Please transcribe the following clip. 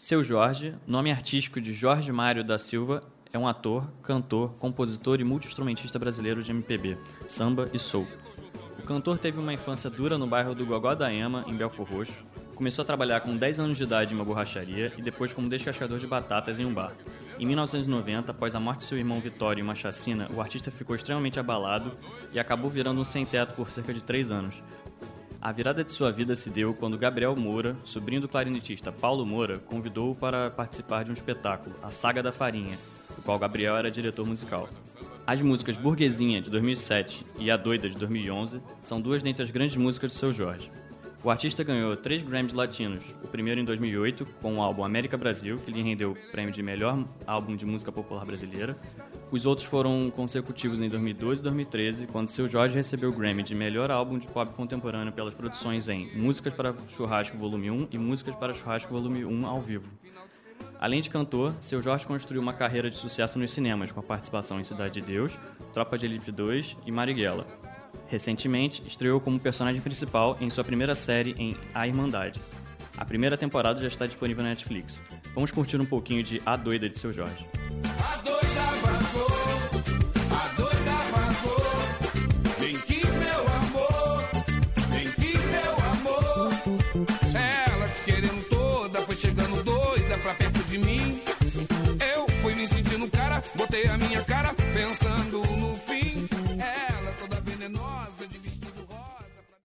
Seu Jorge, nome artístico de Jorge Mário da Silva, é um ator, cantor, compositor e multi-instrumentista brasileiro de MPB, samba e soul. O cantor teve uma infância dura no bairro do Gogó da Ema, em Belfor Roxo. Começou a trabalhar com 10 anos de idade em uma borracharia e depois como descascador de batatas em um bar. Em 1990, após a morte de seu irmão Vitório em uma chacina, o artista ficou extremamente abalado e acabou virando um sem-teto por cerca de 3 anos. A virada de sua vida se deu quando Gabriel Moura, sobrinho do clarinetista Paulo Moura, convidou-o para participar de um espetáculo, A Saga da Farinha, do qual Gabriel era diretor musical. As músicas Burguesinha, de 2007, e A Doida, de 2011, são duas dentre as grandes músicas de Seu Jorge. O artista ganhou 3 Grammys latinos, o primeiro em 2008, com o álbum América Brasil, que lhe rendeu o prêmio de melhor álbum de música popular brasileira. Os outros foram consecutivos em 2012 e 2013, quando Seu Jorge recebeu o Grammy de melhor álbum de pop contemporâneo pelas produções em Músicas para Churrasco Volume 1 e Músicas para Churrasco Volume 1 ao vivo. Além de cantor, Seu Jorge construiu uma carreira de sucesso nos cinemas, com a participação em Cidade de Deus, Tropa de Elite 2 e Marighella. Recentemente, estreou como personagem principal em sua primeira série em A Irmandade. A primeira temporada já está disponível na Netflix. Vamos curtir um pouquinho de A Doida de Seu Jorge. A doida vazou, quem quis meu amor, elas querendo toda, foi chegando doida pra perto de mim.